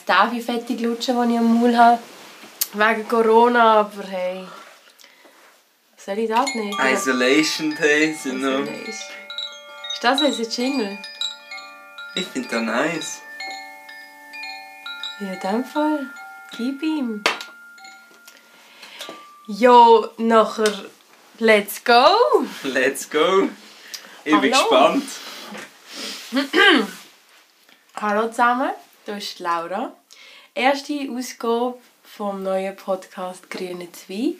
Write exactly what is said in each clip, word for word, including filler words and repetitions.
Steffi fettig lutschen, die ich am Maul habe. Wegen Corona, aber hey. Was soll ich das nicht? Isolation Days, you know. Ist das unser Jingle? Ich finde das nice. Ja, in dem Fall. Gib ihm. Jo, nachher let's go. Let's go. Ich Hallo. bin gespannt. Hallo zusammen, hier ist Laura. Erste Ausgabe vom neuen Podcast «Grüne Zweig».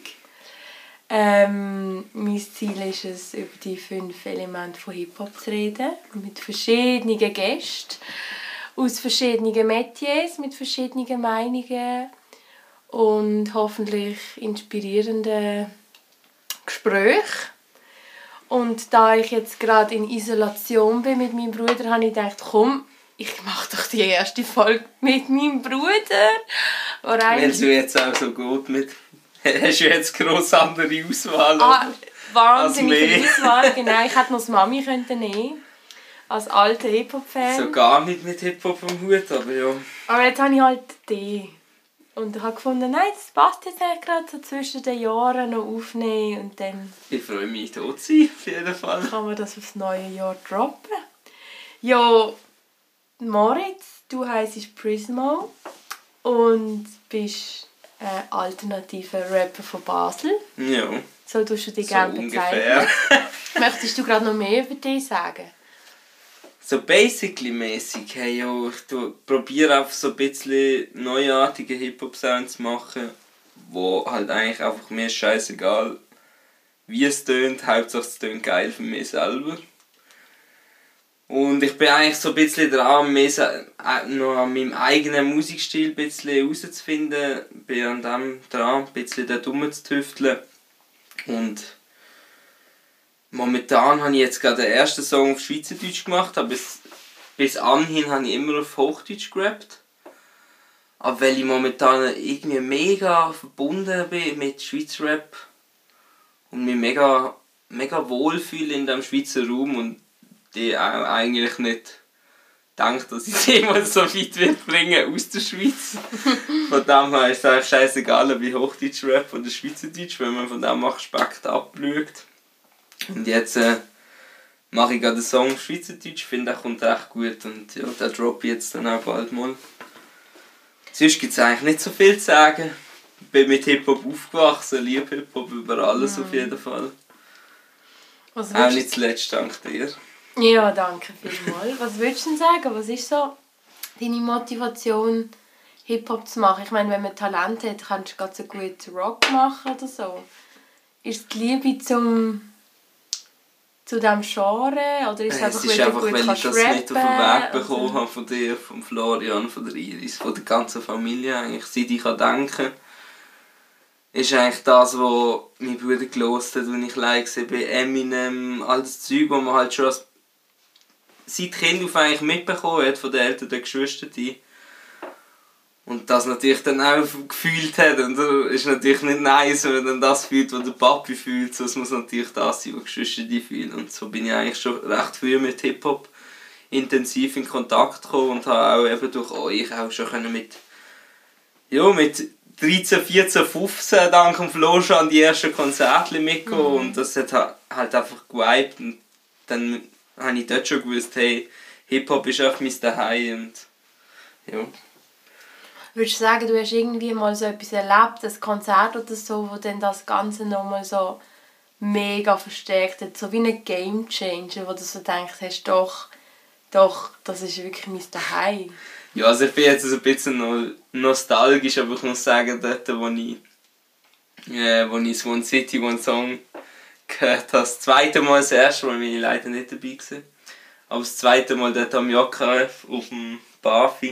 Ähm, mein Ziel ist es, über die fünf Elemente von Hip-Hop zu reden. Mit verschiedenen Gästen, aus verschiedenen Metiers, mit verschiedenen Meinungen und hoffentlich inspirierenden Gesprächen. Und da ich jetzt gerade in Isolation bin mit meinem Bruder, habe ich gedacht, komm, ich mache doch die erste Folge mit meinem Bruder. Weil du jetzt auch so gut mit... Hast du jetzt gross andere Auswahl? Ah, wahnsinnige Auswahl, genau. Ich hätte noch das Mami können nehmen, als alter Hip-Hop-Fan. So gar nicht mit Hip-Hop am Hut, aber ja. Aber jetzt habe ich halt die. Und ich habe gefunden, nein, das passt jetzt eigentlich gerade so zwischen den Jahren noch aufnehmen und dann... Ich freue mich, hier zu sein, auf jeden Fall. Kann man das aufs neue Jahr droppen. Ja, Moritz, du heisst Prismo und bist ein alternativer Rapper von Basel. Ja. So tust du dich So gerne ungefähr. bezeichnen. Möchtest du gerade noch mehr über dich sagen? So basically mäßig, hey, ja, ich probiere einfach so ein bisschen neuartige Hip-Hop-Sound zu machen, wo halt eigentlich einfach mir scheißegal, wie es tönt, Hauptsache es tönt geil für mich selber. Und ich bin eigentlich so ein bisschen dran, mehr noch an meinem eigenen Musikstil ein bisschen herauszufinden, bin an dem dran, ein bisschen da rumzutüfteln. Und momentan habe ich jetzt gerade den ersten Song auf Schweizerdeutsch gemacht, aber bis, bis anhin habe ich immer auf Hochdeutsch gerappt. Aber weil ich momentan irgendwie mega verbunden bin mit Schweizer Rap und mich mega, mega wohlfühle in diesem Schweizer Raum und die auch eigentlich nicht denke, dass ich es jemals so weit wird bringen aus der Schweiz. Von dem her ist es eigentlich scheißegal, ob ich Hochdeutsch Rap oder Schweizerdeutsch, wenn man von dem Aspekt abschaut. Und jetzt äh, mache ich gerade einen Song auf Schweizerdeutsch, finde, der kommt echt gut und ja, den droppe ich jetzt dann auch bald mal. Sonst gibt es eigentlich nicht so viel zu sagen. Ich bin mit Hip-Hop aufgewachsen, liebe Hip-Hop über alles mm. auf jeden Fall. Was auch nicht zuletzt dank dir. Ja, danke vielmals. Was würdest du denn sagen? Was ist so deine Motivation, Hip-Hop zu machen? Ich meine, wenn man Talent hat, kannst du ganz so gut Rock machen oder so. Ist die Liebe zum... zu diesem Genre? Oder ist es einfach, es ist weil einfach, du gut weil kannst ich das rappen, nicht auf den Weg oder? bekommen habe von dir, von Florian, von der Iris, von der ganzen Familie eigentlich. Seit ich denken kann, ist eigentlich das, was mein Bruder gehört hat, als ich live war bei Eminem, all das Zeug, das man halt schon als seit Kind auf eigentlich mitbekommen hat von den Eltern der Geschwister. Und das natürlich dann auch gefühlt hat. Und das ist natürlich nicht nice, wenn man dann das fühlt, was der Papi fühlt. So, es muss natürlich das sein, was die Geschwister fühlen. Und so bin ich eigentlich schon recht früh mit Hip-Hop intensiv in Kontakt gekommen und habe auch eben durch euch auch schon mit, ja, mit dreizehn, vierzehn, fünfzehn dank dem Flo schon an die ersten Konzerte mitgekommen. Mhm. Und das hat halt einfach gewiped. Und dann habe ich dort schon gewusst, hey, Hip-Hop ist einfach mein Zuhause und ja. Würdest du sagen, du hast irgendwie mal so etwas erlebt, ein Konzert oder so, wo dann das Ganze nochmal so mega verstärkt hat, so wie ein Game Changer, wo du so denkst, hast, doch, doch, das ist wirklich mein Zuhause? Ja, also ich bin jetzt ein bisschen nostalgisch, aber ich muss sagen, dort, wo ich, äh, wo ich Swan City, One Song gehört habe, das zweite Mal, das erste Mal bin ich leider nicht dabei gewesen. Aber das zweite Mal dort am J K F auf dem Bafi.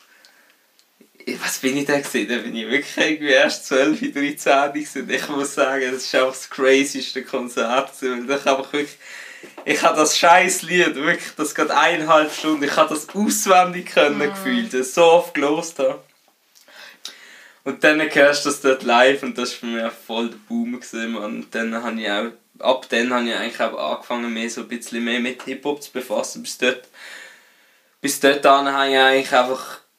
Was bin ich da gewesen? Da bin ich wirklich irgendwie erst zwölf, dreizehn gewesen. Ich muss sagen, das war einfach das crazyste Konzert. Ich habe wirklich, ich habe das scheiß Lied, wirklich, das geht eineinhalb Stunden, ich habe das auswendig können mm. gefühlt, das so oft gehört habe. Und dann hörst du das dort live und das war für mich voll der Boom gewesen, Mann. Und dann habe ich auch, ab dann habe ich eigentlich auch angefangen, mehr so ein bisschen mehr mit Hip-Hop zu befassen. Bis dort, bis dort habe ich eigentlich einfach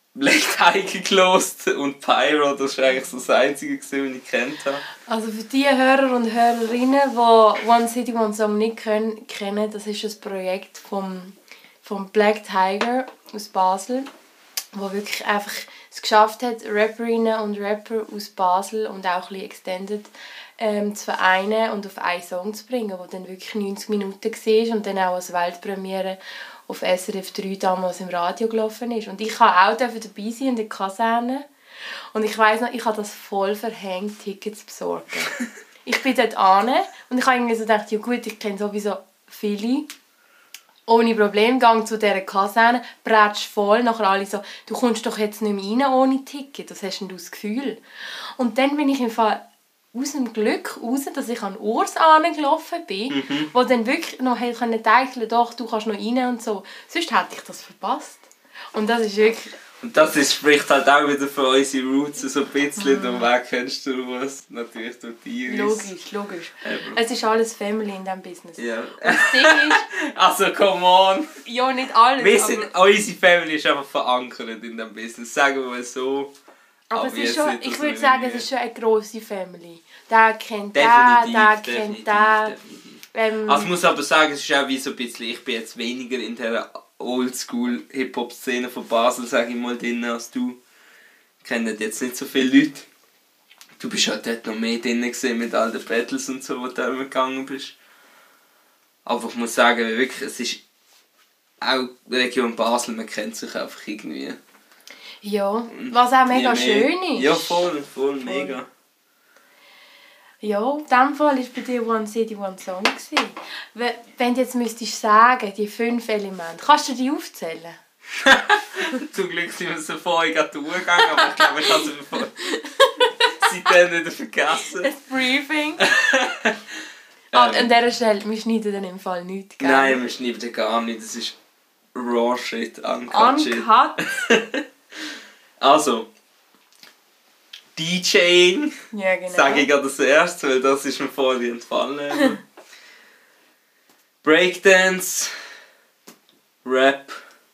Black Tiger gelost und Pyro, das war eigentlich so das Einzige, was ich kennt habe. Also für die Hörer und Hörerinnen, die One City One Song nicht können, kennen, das ist ein Projekt vom, vom Black Tiger aus Basel, wo wirklich einfach es geschafft hat, Rapperinnen und Rapper aus Basel und auch ein bisschen Extended ähm, zu vereinen und auf einen Song zu bringen, der dann wirklich neunzig Minuten war und dann auch als Weltpremiere auf S R F drei damals im Radio gelaufen ist. Und ich durfte auch dabei sein in der Kaserne. Und ich weiss noch, ich habe das voll verhängt, Tickets besorgen. Ich bin dort an und ich habe irgendwie so gedacht, ja gut, ich kenne sowieso viele. Ohne Problem, gang zu dieser Kaserne, brätsch voll, nachher alle so, du kommst doch jetzt nicht mehr rein ohne Ticket, das hast du das Gefühl. Und dann bin ich im Fall aus dem Glück raus, dass ich an Urs angelaufen bin, mhm. wo dann wirklich noch denken konnte, doch, du kannst noch rein und so. Sonst hätte ich das verpasst. Und das ist wirklich... Und das ist, spricht halt auch wieder für unsere Roots so ein bisschen. Mhm. Und wer kennst du was? Natürlich durch die Iris. Logisch, logisch. Eben. Es ist alles Family in diesem Business. Ja. Und das Ding ist... Also, come on! Ja, nicht alles. Wir sind, unsere Family ist einfach verankert in diesem Business. Sagen wir mal so. Aber, Aber es ist schon, ich würde sagen, es ist schon eine grosse Family. Der kennt den, der kennt den. Ähm, also ich muss aber sagen, es ist auch wie so ein bisschen, ich bin jetzt weniger in der Oldschool-Hip-Hop-Szene von Basel, sage ich mal, drin als du. Ich kenne jetzt nicht so viele Leute. Du bist halt dort noch mehr drin gewesen mit all den Battles und so, wo du da gegangen bist. Aber ich muss sagen, wirklich, es ist auch Region Basel, man kennt sich einfach irgendwie. Ja, was auch mega schön ist. Ja, voll, voll, voll. Mega. Ja, in diesem Fall war bei dir One City One Song. Wenn du jetzt müsstest sagen, die fünf Elemente, kannst du die aufzählen? Zum Glück sind wir so vorher gerade durchgegangen, aber ich glaube, ich habe es seitdem nicht vergessen. Ein Briefing. Ah, ähm, an dieser Stelle, wir schneiden dann im Fall nichts, gell? Nein, wir schneiden gar nicht, das ist raw shit, uncut shit. Uncut? Also, DJing, ja, genau. sage ich gerade das erste, weil das ist mir vorhin entfallen. Breakdance, Rap,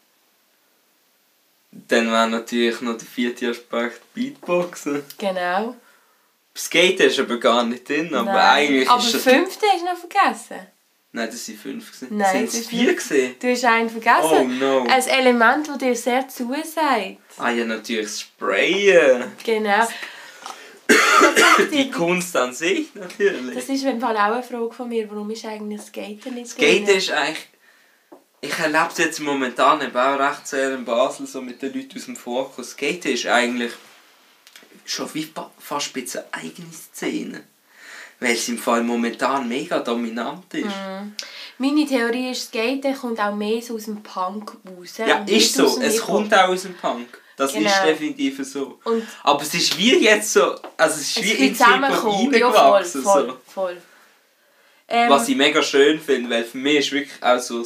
dann wäre natürlich noch der vierte Aspekt Beatboxen. Genau. Skaten ist aber gar nicht drin, aber Nein. eigentlich aber ist das... Aber fünfte hast du noch vergessen? Nein, das waren fünf. Nein, sind es vier gesehen? Du hast einen vergessen. Oh no. Ein Element, das dir sehr zusagt. Ah ja, natürlich das Sprayen. Genau. Die Kunst an sich, natürlich. Das ist im Fall auch eine Frage von mir. Warum ist eigentlich Skaten nicht Skaten drin? Ist eigentlich... Ich erlebe es jetzt momentan eben auch recht sehr in Basel, so mit den Leuten aus dem Fokus. Skaten ist eigentlich schon wie fast ein bisschen eine eigene Szene. Weil es im Fall momentan mega dominant ist. Mm. Meine Theorie ist, Skaten kommt auch mehr so aus dem Punk raus. Ja, ist so. Es kommt auch aus dem Punk. Das genau. Ist definitiv so. Und aber es ist wie jetzt so... Also es ist wie ins Hip-Hop reingewachsen. Ja, voll, voll, voll. Ähm, Was ich mega schön finde, weil für mich ist wirklich auch so...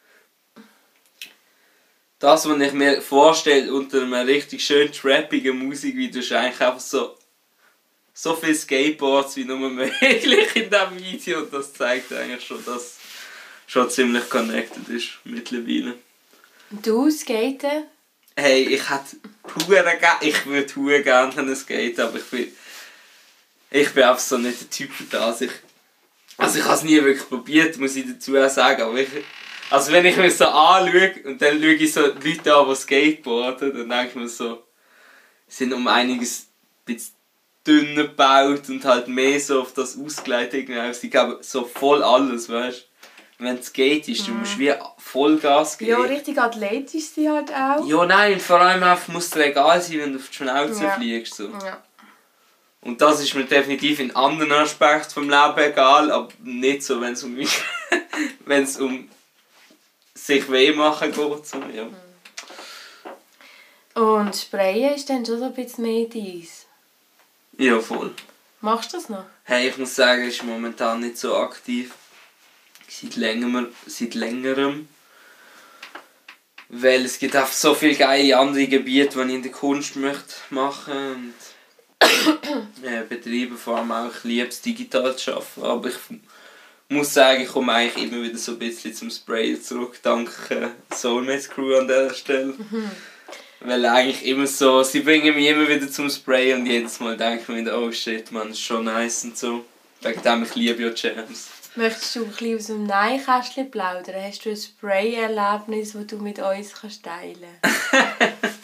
Das, was ich mir vorstelle unter einer richtig schön trappigen Musik, wie du ist eigentlich einfach so... So viele Skateboards wie nur möglich in diesem Video. Und das zeigt eigentlich schon, dass es schon ziemlich connected ist mittlerweile. Du skaten? Hey, ich hätte hure gerne, ich würde hure gerne skaten, aber ich bin, ich bin einfach so nicht der Typ für das. Ich, also ich habe es nie wirklich probiert, muss ich dazu auch sagen, aber ich, also wenn ich mir so anschaue und dann schaue ich so die Leute an, die skateboarden, dann denke ich mir so, sind um einiges ein bisschen dünner gebaut und halt mehr so auf das ausgeleitet. Sie geben so voll alles, weißt du. Wenn es geht, ist, du musst wie Vollgas geben. Ja, richtig athletisch sind halt auch. Ja, nein, vor allem einfach muss es egal sein, wenn du auf die Schnauze ja. fliegst. So. Ja. Und das ist mir definitiv in anderen Aspekten vom Leben egal, aber nicht so, wenn es um mich wenn es um sich weh machen geht. So, ja. Und Sprayen ist dann schon so ein bisschen mehr deins? Ja, voll. Machst du das noch? Hey, ich muss sagen, ich bin momentan nicht so aktiv. Seit längerem, seit längerem. Weil es gibt auch so viele geile andere Gebiete, die ich in der Kunst möchte machen und äh, betreiben, vor allem auch ich liebe es, digital zu arbeiten. Aber ich muss sagen, ich komme eigentlich immer wieder so ein bisschen zum Sprayen zurück, dank äh, Soulmates Crew an dieser Stelle. Mhm. Weil eigentlich immer so, sie bringen mich immer wieder zum Spray und jedes Mal denke ich mir, oh shit, man, ist schon nice und so. Wegen dem ich liebe ja Jams. Möchtest du ein bisschen aus dem Neinkästchen plaudern? Hast du ein Spray-Erlebnis, das du mit uns kannst teilen kannst?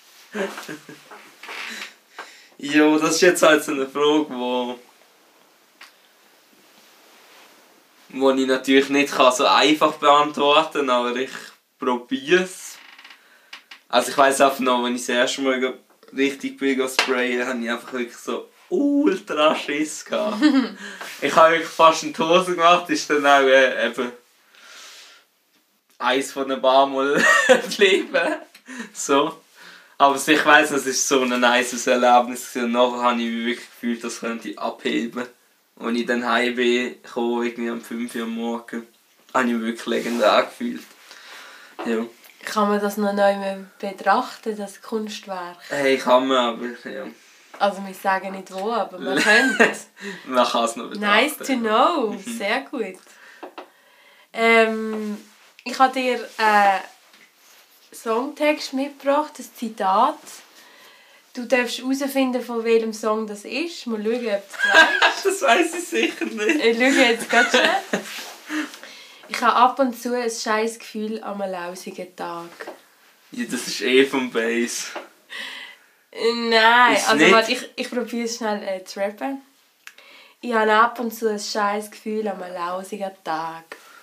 Ja, das ist jetzt halt so eine Frage, wo, wo ich natürlich nicht kann so einfach beantworten kann, aber ich probiere es. Also ich weiss einfach noch, wenn ich das erste Mal richtig bin sprayen, habe ich einfach wirklich so ultra Schiss gehabt. Ich habe wirklich fast eine Hose gemacht, ist dann auch äh, eben eins von ein paar Mal geblieben. So. Aber ich weiss, es war so ein nices Erlebnis und nachher habe ich wirklich gefühlt, das könnte ich abheben. Als ich dann heim bin, kam, irgendwie um fünf Uhr am Morgen, habe ich mich wirklich legendär gefühlt. Ja. Kann man das noch neu betrachten, das Kunstwerk? Hey, kann man, aber ja. Also wir sagen nicht wo, aber man könnte. Man kann es noch betrachten. Nice to know, sehr gut. Ähm, ich habe dir einen Songtext mitgebracht, ein Zitat. Du darfst herausfinden, von welchem Song das ist. Mal schauen, ob du es weißt. Das weiss ich sicher nicht. Ich schaue jetzt ganz schnell. Ich habe ab und zu ein scheiß Gefühl an einem lausigen Tag. Ja, das ist eh vom Bass. Nein, Ist also nicht? warte, ich, ich probiere es schnell äh, zu rappen. Ich habe ab und zu ein scheiß Gefühl an einem lausigen Tag.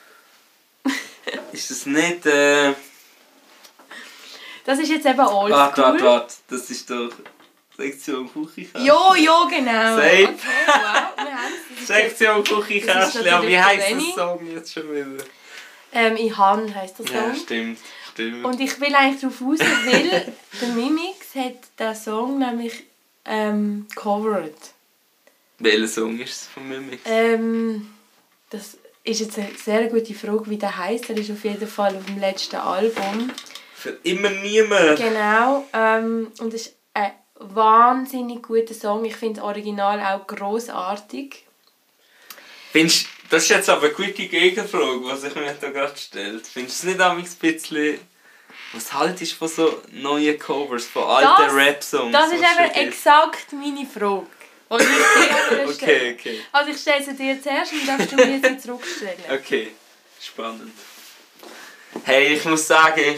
Ist das nicht, äh... Das ist jetzt eben oldschool. Warte, warte, warte. Das ist doch Sektion Küchenkästchen. Jo, jo, genau. Safe. Okay, wow, wir haben es. Sektion Das ist Küchenkästchen, aber wie natürlich heisst zu der wenig. Song jetzt schon wieder? Ähm, «Ich han» heisst der Song. Ja, stimmt, stimmt. Und ich will eigentlich darauf raus, weil der Mimix hat den Song nämlich ähm, covered. Welcher Song ist es von Mimix? Ähm, das ist jetzt eine sehr gute Frage, wie der heisst. Er ist auf jeden Fall auf dem letzten Album. Für immer niemand. Genau. Ähm, und es ist ein wahnsinnig guter Song. Ich finde das Original auch grossartig. Findest, das ist jetzt aber eine gute Gegenfrage, was ich mir da gerade stelle. Findest du es nicht ein bisschen... Was haltest du von so neuen Covers, von alten Rap-Songs? Das ist was es eben schon gibt? exakt meine Frage. Die ich dir stelle. Okay, okay. Also ich stelle sie dir zuerst und dann darfst du mir sie zurückstellen. Okay, spannend. Hey, ich muss sagen, ich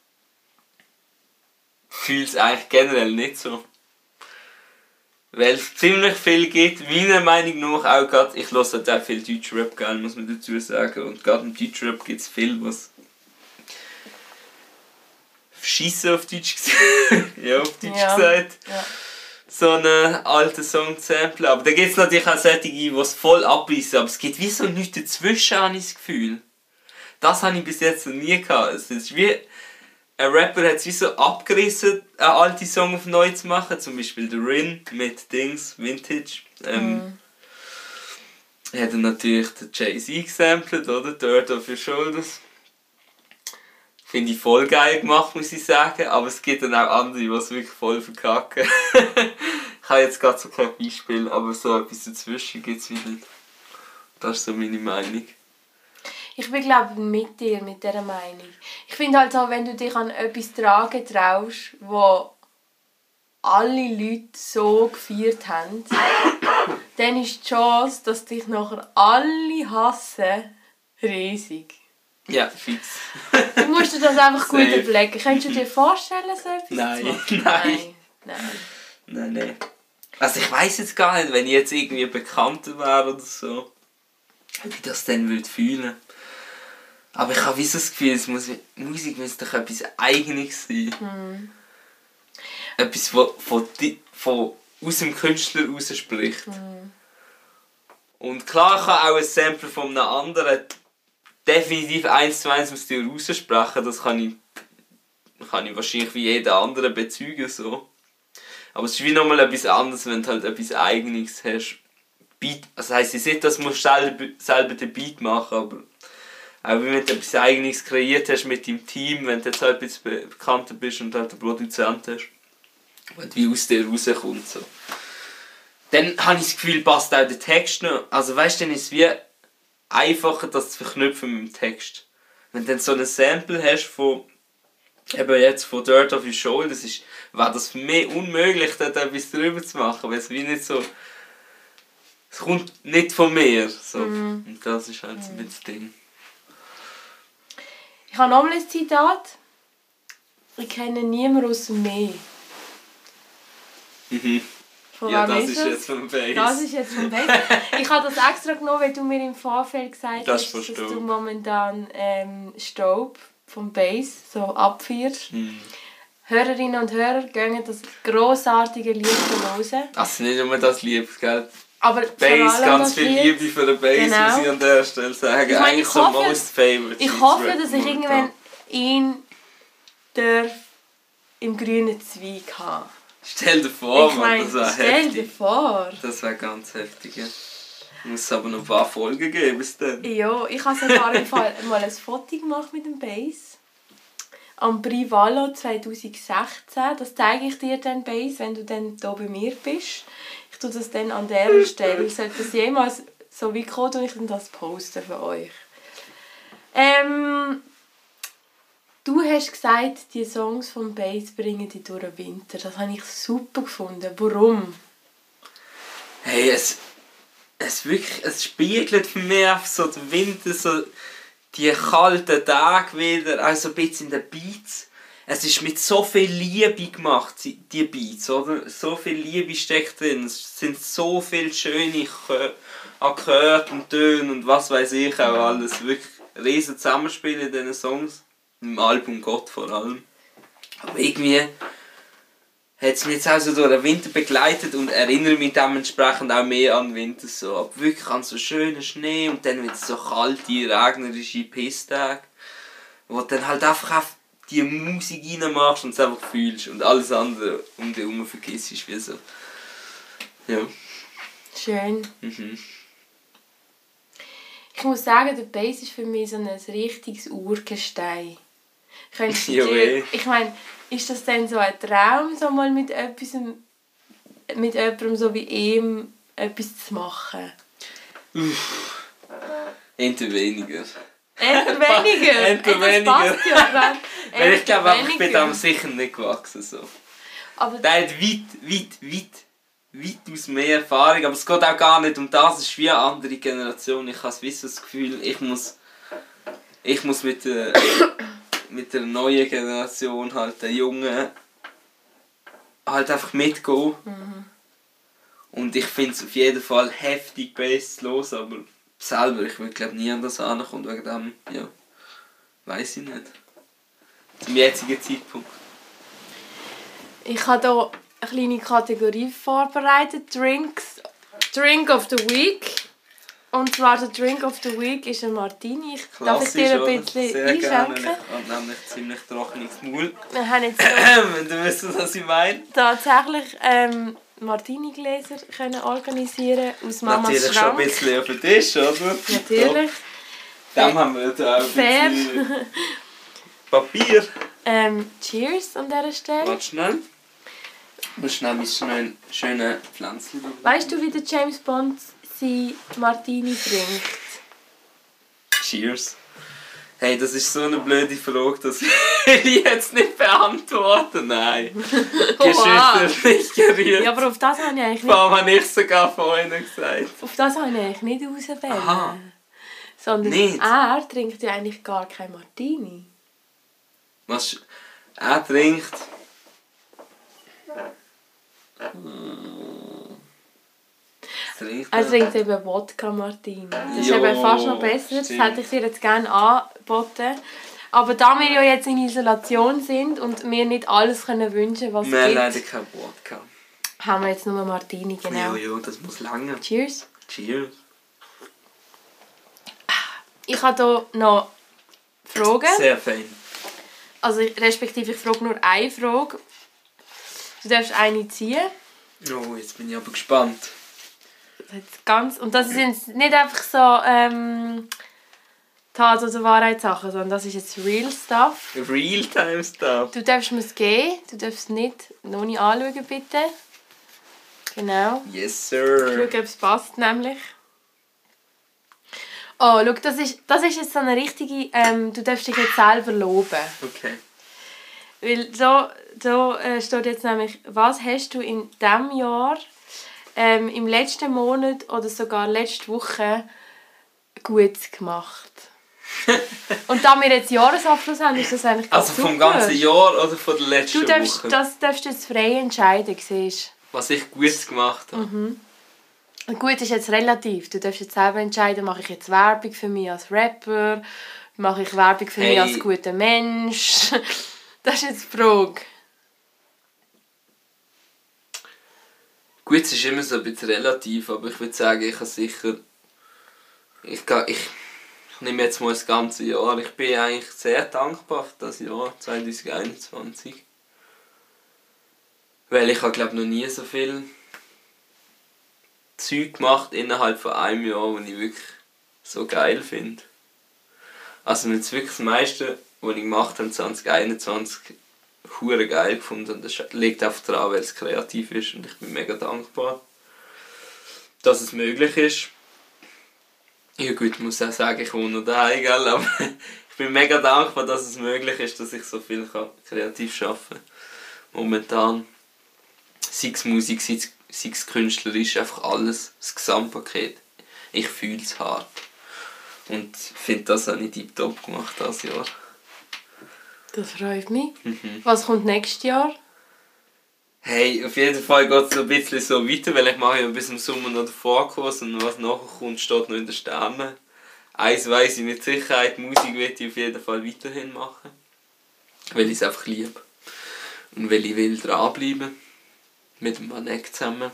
fühle es eigentlich generell nicht so. Weil es ziemlich viel gibt, meiner Meinung nach auch gerade, ich höre halt auch viel Deutschrap gerne, muss man dazu sagen. Und gerade im Deutschrap gibt es viel, was Scheisse auf Deutsch gesagt. ja, auf Deutsch Ja. gesagt. Ja. So einen alten Song zu samplen. Aber da gibt es natürlich auch solche, die es voll abreißen. Aber es gibt wie so nichts dazwischen, habe ich das Gefühl. Das habe ich bis jetzt noch nie gehabt. Es ist wie... Ein Rapper hat es wie so abgerissen, einen alten Song auf neu zu machen. Zum Beispiel The Rin mit Dings, Vintage. Ähm, mm. Er hat dann natürlich den Jay-Z gesampelt, oder? Dirt Off Your Shoulders. Finde ich voll geil gemacht, muss ich sagen. Aber es gibt dann auch andere, die es wirklich voll verkacken. Ich habe jetzt gerade so kein Beispiel, aber so etwas dazwischen gibt es wieder. Das ist so meine Meinung. Ich bin, glaube ich, mit dir, mit dieser Meinung. Ich finde halt so, wenn du dich an etwas tragen traust, wo alle Leute so gefeiert haben, dann ist die Chance, dass dich nachher alle hassen, riesig. Ja, fix. Du musst dir das einfach gut Safe. überlegen. Könntest du dir vorstellen, so etwas Nein, zu machen? nein. Nein. Nein, nein. Also ich weiss jetzt gar nicht, wenn ich jetzt irgendwie bekannter wäre oder so, ob ich das dann würde fühlen. Aber ich habe wie so das Gefühl, es muss, Musik muss doch etwas Eigenes sein. Mhm. Etwas, das von, von, aus dem Künstler rausspricht. Mhm. Und klar kann auch ein Sample von einem anderen definitiv eins zu eins aus dir raussprechen. Das kann ich, kann ich wahrscheinlich wie jeder andere bezeugen. So. Aber es ist wie nochmal etwas anderes, wenn du halt etwas Eigenes hast. Beat, also heisst nicht, dass du selber, selber den Beat machen musst, aber auch wenn du etwas Eigenes kreiert hast mit deinem Team, wenn du jetzt halt ein bisschen bekannter bist und halt einen Produzent hast, und wie aus dir rauskommt. So. Dann habe ich das Gefühl, passt auch der Text noch. Also weißt du, dann ist es wie einfacher, das zu verknüpfen mit dem Text. Wenn du dann so ein Sample hast von eben jetzt von Dirt Off Your Shoulders ist, war das für mich unmöglich, dort etwas drüber zu machen, weil es wie nicht so... Es kommt nicht von mir, so. Mm. Und das ist halt so mm. das Ding. Ich habe nochmal ein Zitat. Ich kenne niemanden aus dem Meer. Mhm. Von ja, das ist, ist jetzt vom Bass. Das ist jetzt vom Bass. Ich habe das extra genommen, weil du mir im Vorfeld gesagt das hast, dass du momentan ähm, Staub vom Bass so abführst. Mhm. Hörerinnen und Hörer gehen das grossartige Lied hören. Also nicht nur das Lied, gell? Aber Bass, ganz viel Lied. Liebe für den Bass, genau. Muss ich an der Stelle sagen. Ich meine, eigentlich ich so hoffe, most favorite. Ich hoffe, dass ich irgendwann ihn darf im grünen Zweig haben. Stell dir vor, ich mein, Mann, das wäre stell heftig. Dir vor. Das wäre ganz heftig, ja. Muss es aber noch ein paar Folgen geben bis dann. Ja, ich habe sogar im Fall mal ein Foto gemacht mit dem Bass. Am Prix Valo zwanzig sechzehn. Das zeige ich dir dann, Bass, wenn du dann hier bei mir bist. Ich tue das dann an dieser Stelle. Sollte das jemals so weit kommen, und ich dann das posten für euch. Ähm... Du hast gesagt, die Songs vom Bass bringen dich durch den Winter. Das habe ich super gefunden. Warum? Hey, es, es, wirklich, es spiegelt für mich einfach so den Winter, so die kalten Tage wieder, also ein bisschen in den Beats. Es ist mit so viel Liebe gemacht, die Beats, oder? So viel Liebe steckt drin. Es sind so viele schöne Akkorde und Töne und was weiß ich auch alles. Wirklich ein riesen Zusammenspiel in diesen Songs. Im Album Gott vor allem. Aber irgendwie hat es mich jetzt auch so durch den Winter begleitet und erinnere mich dementsprechend auch mehr an den Winter. So. Aber wirklich an so schönen Schnee und dann wieder so kalte, regnerische Pisstage, wo du dann halt einfach auf die Musik reinmachst und es einfach fühlst und alles andere um dich herum vergisst. Wie so. Ja. Schön. Mhm. Ich muss sagen, der Bass ist für mich so ein richtiges Urgestein. Ja, dir, ich meine, ist das denn so ein Traum, so mal mit etwas, mit jemandem so wie ihm etwas zu machen? Uff. Entweder weniger. Entweder weniger? Entweder Ey, das passt ja gerade. Weil ich glaube, ich bin dem sicher nicht gewachsen. So. Aber der hat weit, weit, weit, weitaus mehr Erfahrung, aber es geht auch gar nicht um das, es ist wie eine andere Generation. Ich habe das Gefühl, ich muss, ich muss mit der, mit der neuen Generation, halt der Jungen, halt einfach mitgehen. Mhm. Und ich finde es auf jeden Fall heftig Bass los, aber selber, ich will glaube nie an das ankommen, wegen dem, ja, weiss ich nicht. Zum jetzigen Zeitpunkt. Ich habe hier eine kleine Kategorie vorbereitet, Drinks, Drink of the Week. Und zwar der Drink of the Week ist ein Martini. Ich darf ich dir ein bisschen sehr einschenken. Gerne. Ich habe nämlich ziemlich trockenes Maul. Wir haben jetzt Wenn du weißt, was ich meine. Tatsächlich ähm, Martini-Gläser können organisieren aus Mamas Natürlich Schrank. schon ein bisschen auf den Tisch, oder? Natürlich. Dem haben wir da auch ein bisschen Papier. Ähm, cheers an dieser Stelle. Warte schnell. Ich muss schnell mein schönes Pflänzchen. Weißt du, wie der James Bond sein Martini trinkt? Cheers. Hey, das ist so eine blöde Frage, dass ich jetzt nicht beantworten. Nein. Geschüttelt, nicht gerührt. Ja, aber auf das habe ich eigentlich nicht... Vor allem habe ich sogar vorhin gesagt. Auf das habe ich eigentlich nicht ausgewählt. Aha. Sondern nicht. Er trinkt ja eigentlich gar kein Martini. Was? Er trinkt... Er trinkt eben Wodka Martini. Das ist Jo, eben fast noch besser. Das stimmt. hätte ich dir jetzt gerne angeboten. Aber da wir ja jetzt in Isolation sind und wir nicht alles können wünschen, was Wir es haben gibt, leider kein Wodka. haben wir jetzt nur Martini, genau. Jo, jo, das muss lange. Cheers. Cheers. Ich habe hier noch Fragen. Sehr fein. Also respektive ich frage nur eine Frage. Du darfst eine ziehen. Oh, jetzt bin ich aber gespannt. Jetzt ganz, und das sind nicht einfach so ähm, Tat- oder Wahrheitssachen, sondern das ist jetzt Real Stuff. Real-Time Stuff. Du darfst mir es geben, du darfst es nicht noch nicht anschauen, bitte. Genau. Yes, Ich sir. schaue, ob es passt, nämlich. Oh, schau, das ist, das ist jetzt so eine richtige, ähm, du darfst dich jetzt selber loben. Okay. Weil so, so äh, steht jetzt nämlich, was hast du in diesem Jahr, ähm, im letzten Monat oder sogar letzte Woche gut gemacht? Und da wir jetzt Jahresabschluss haben, ist das eigentlich Also super. vom ganzen Jahr oder von der letzten Du darfst, Woche? das darfst du jetzt frei entscheiden, siehst. Was ich gut gemacht habe. Mhm. Und gut ist jetzt relativ. Du darfst jetzt selber entscheiden, mache ich jetzt Werbung für mich als Rapper, mache ich Werbung für Hey. mich als guter Mensch. Das ist jetzt die Frage. Gut, es ist immer so ein bisschen relativ, aber ich würde sagen, ich habe sicher... Ich, gehe, ich, ich nehme jetzt mal das ganze Jahr. Ich bin eigentlich sehr dankbar für das Jahr zwanzig einundzwanzig. Weil ich habe, glaube noch nie so viel Zeug gemacht innerhalb von einem Jahr, das ich wirklich so geil finde. Also jetzt wirklich das meiste, was ich gemacht habe zwanzig einundzwanzig, hure geil gefunden. Und das liegt einfach daran, weil es kreativ ist und ich bin mega dankbar, dass es möglich ist. Ja gut, ich muss auch sagen, ich wohne noch daheim, gell? Aber ich bin mega dankbar, dass es möglich ist, dass ich so viel kreativ arbeiten kann. Momentan. Sei es Musik, sei es, sei es künstlerisch, einfach alles, das Gesamtpaket. Ich fühle es hart. Und finde, das habe ich tiptop gemacht dieses Jahr. Das freut mich. Mhm. Was kommt nächstes Jahr? Hey, auf jeden Fall geht es so ein bisschen so weiter, weil ich mache ja bis zum Sommer noch den Vorkurs und was nachher kommt, steht noch in den Sternen. Eins weiss ich mit Sicherheit, Musik werde ich auf jeden Fall weiterhin machen. Weil ich es einfach liebe. Und weil ich will dranbleiben. Mit dem Manek zusammen.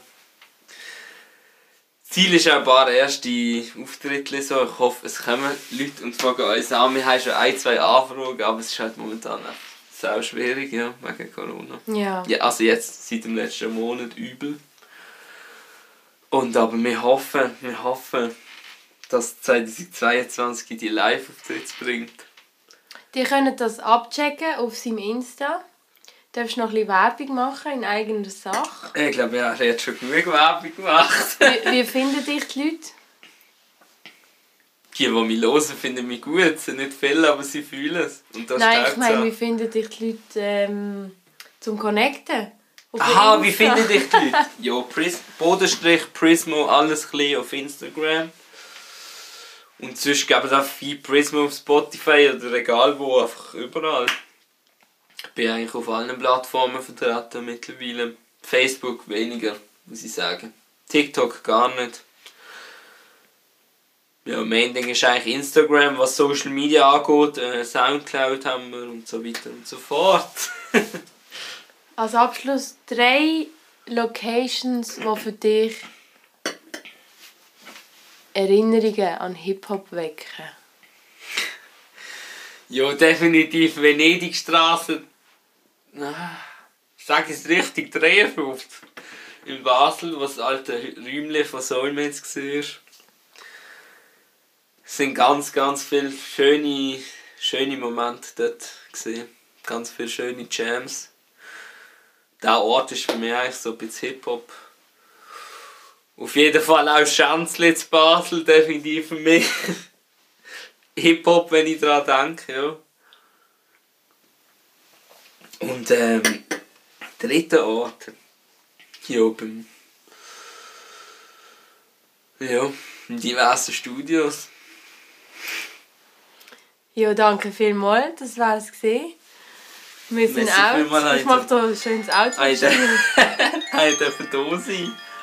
Ziel ist auch ein paar erste Auftritte. So. Ich hoffe, es kommen Leute und fragen uns an. Wir haben schon ein, zwei Anfragen, aber es ist halt momentan auch sehr schwierig, ja, wegen Corona. Ja. Ja, also jetzt seit dem letzten Monat übel. Und aber wir hoffen, wir hoffen, dass zwanzig zweiundzwanzig die Live-Auftritte bringt. Die können das abchecken auf seinem Insta. Du darfst noch ein bisschen Werbung machen in eigener Sache. Ich glaube, er hat schon genug Werbung gemacht. Wie, wie finden dich die Leute? Die, die mich hören, finden mich gut. Es sind nicht viele, aber sie fühlen es. Und das Nein, ich meine, so. wie finden dich die Leute ähm, zum Connecten? Auf Aha, wie Insta? finden dich die Leute? Ja, Pris Bodenstrich, Prismo, alles klein auf Instagram. Und sonst gibt es auch viel Prismo auf Spotify oder egal wo, einfach überall. Ich bin eigentlich auf allen Plattformen vertreten mittlerweile. Facebook weniger, muss ich sagen. TikTok gar nicht. Ja, mein Ding ist eigentlich Instagram, was Social Media angeht. Äh, Soundcloud haben wir und so weiter und so fort. Als Abschluss drei Locations, die für dich Erinnerungen an Hip-Hop wecken. Ja, definitiv Venedikstraße. Ich sage es richtig, dreiundfünfzig. In Basel, wo das alte Räumchen von Soulmates war. Es sind ganz, ganz viele schöne, schöne Momente dort gesehen. Ganz viele schöne Jams. Der Ort ist für mich eigentlich so ein bisschen Hip-Hop. Auf jeden Fall auch Schanzli zu Basel, definitiv für mich. Hip-Hop, wenn ich daran denke, ja. Und ähm, dritter Ort. Hier oben. Ja, in diversen Studios. Ja, danke vielmals, das war es gesehen. Wir sind Merci out. vielmals, Ich mache da ein schönes Outfit. Hey, der dürfen da sein.